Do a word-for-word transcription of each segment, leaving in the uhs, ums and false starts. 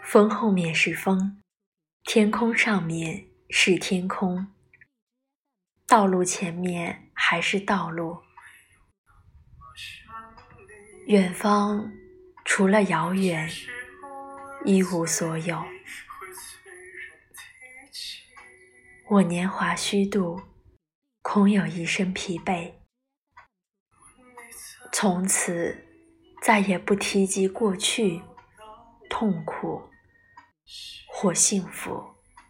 风后面是风，天空上面是天空，道路前面还是道路。远方除了遥远，一无所有。我年华虚度，空有一身疲惫，从此再也不提及过去，痛苦或幸福。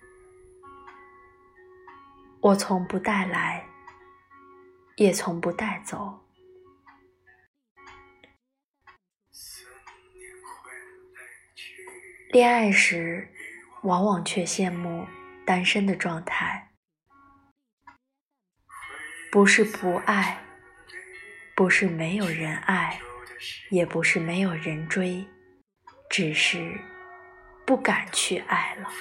我从不带来，也从不带走。恋爱时，往往却羡慕单身的状态。不是不爱，不是没有人爱，也不是没有人追，只是不敢去爱了。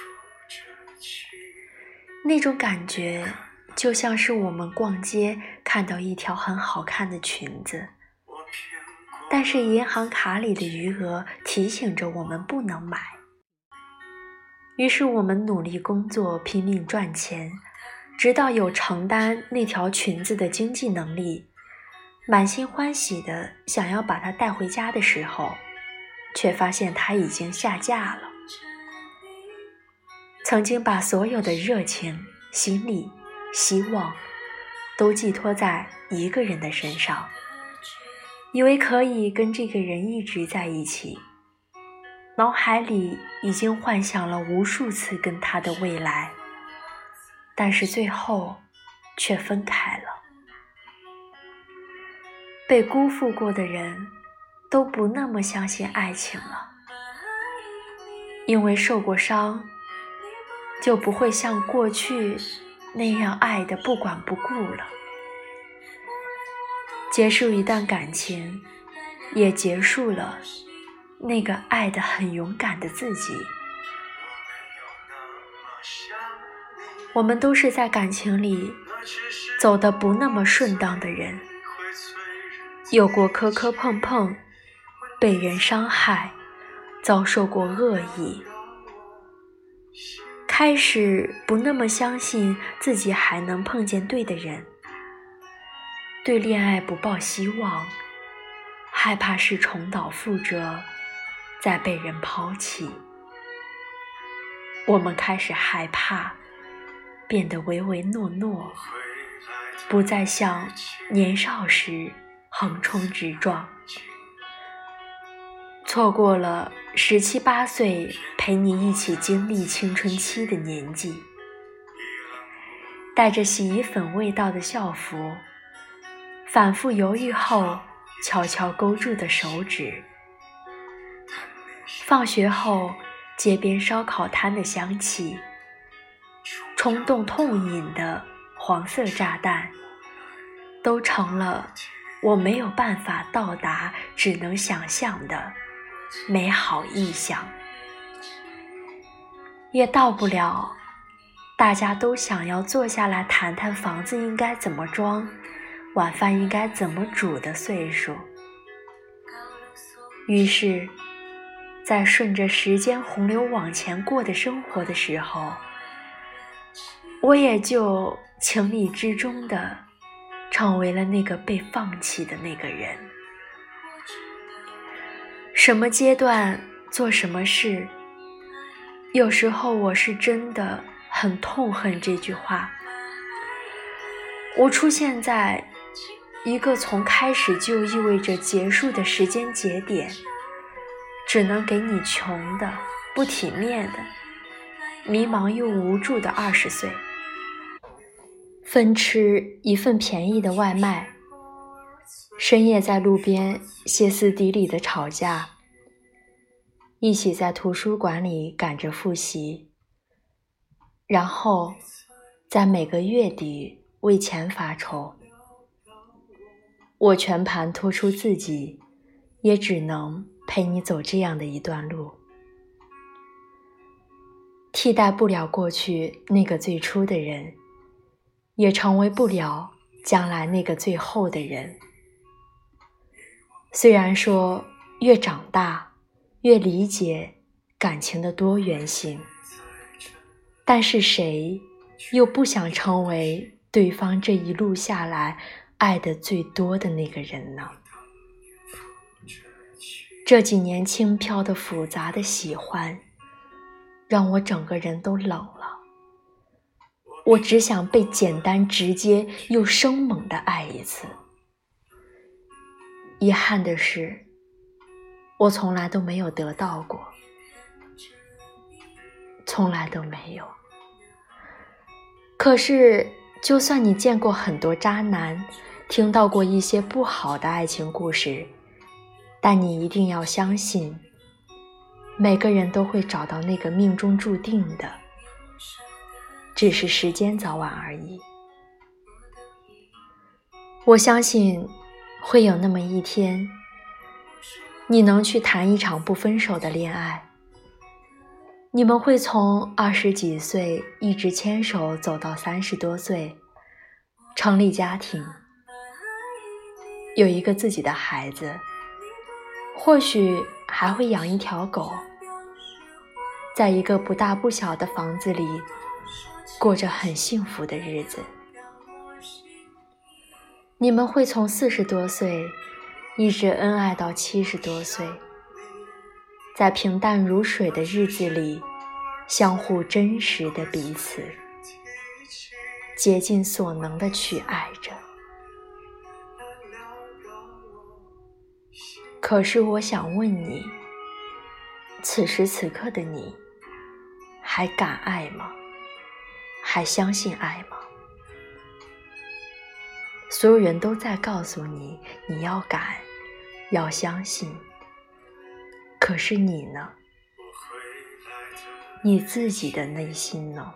那种感觉就像是我们逛街看到一条很好看的裙子，但是银行卡里的余额提醒着我们不能买。于是我们努力工作，拼命赚钱，直到有承担那条裙子的经济能力，满心欢喜的想要把它带回家的时候，却发现它已经下架了。曾经把所有的热情、心力、希望都寄托在一个人的身上，以为可以跟这个人一直在一起，脑海里已经幻想了无数次跟他的未来，但是最后却分开了。被辜负过的人都不那么相信爱情了，因为受过伤，就不会像过去那样爱得不管不顾了。结束一段感情，也结束了那个爱得很勇敢的自己。我们都是在感情里走得不那么顺当的人，有过磕磕碰碰，被人伤害，遭受过恶意，开始不那么相信自己还能碰见对的人，对恋爱不抱希望，害怕是重蹈覆辙，再被人抛弃。我们开始害怕，变得唯唯诺诺，不再像年少时横冲直撞。错过了十七八岁陪你一起经历青春期的年纪，带着洗衣粉味道的校服，反复犹豫后悄悄勾住的手指，放学后街边烧烤摊的香气，冲动痛饮的黄色炸弹，都成了我没有办法到达，只能想象的美好意象，也到不了大家都想要坐下来谈谈房子应该怎么装，晚饭应该怎么煮的岁数。于是在顺着时间洪流往前过的生活的时候，我也就情理之中的成为了那个被放弃的那个人。什么阶段做什么事，有时候我是真的很痛恨这句话。我出现在一个从开始就意味着结束的时间节点，只能给你穷的、不体面的、迷茫又无助的二十岁。分吃一份便宜的外卖，深夜在路边歇斯底里的吵架，一起在图书馆里赶着复习，然后在每个月底为钱发愁。我全盘托出自己，也只能陪你走这样的一段路，替代不了过去那个最初的人，也成为不了将来那个最后的人。虽然说越长大越理解感情的多元性，但是谁又不想成为对方这一路下来爱的最多的那个人呢？这几年轻飘的复杂的喜欢，让我整个人都冷了。我只想被简单直接又生猛地爱一次。遗憾的是，我从来都没有得到过，从来都没有。可是，就算你见过很多渣男，听到过一些不好的爱情故事，但你一定要相信，每个人都会找到那个命中注定的，只是时间早晚而已。我相信会有那么一天，你能去谈一场不分手的恋爱，你们会从二十几岁一直牵手走到三十多岁，成立家庭，有一个自己的孩子，或许还会养一条狗，在一个不大不小的房子里过着很幸福的日子。你们会从四十多岁一直恩爱到七十多岁，在平淡如水的日子里相互真实的彼此，竭尽所能的去爱着。可是我想问你，此时此刻的你还敢爱吗？还相信爱吗？所有人都在告诉你，你要敢，要相信。可是你呢？你自己的内心呢？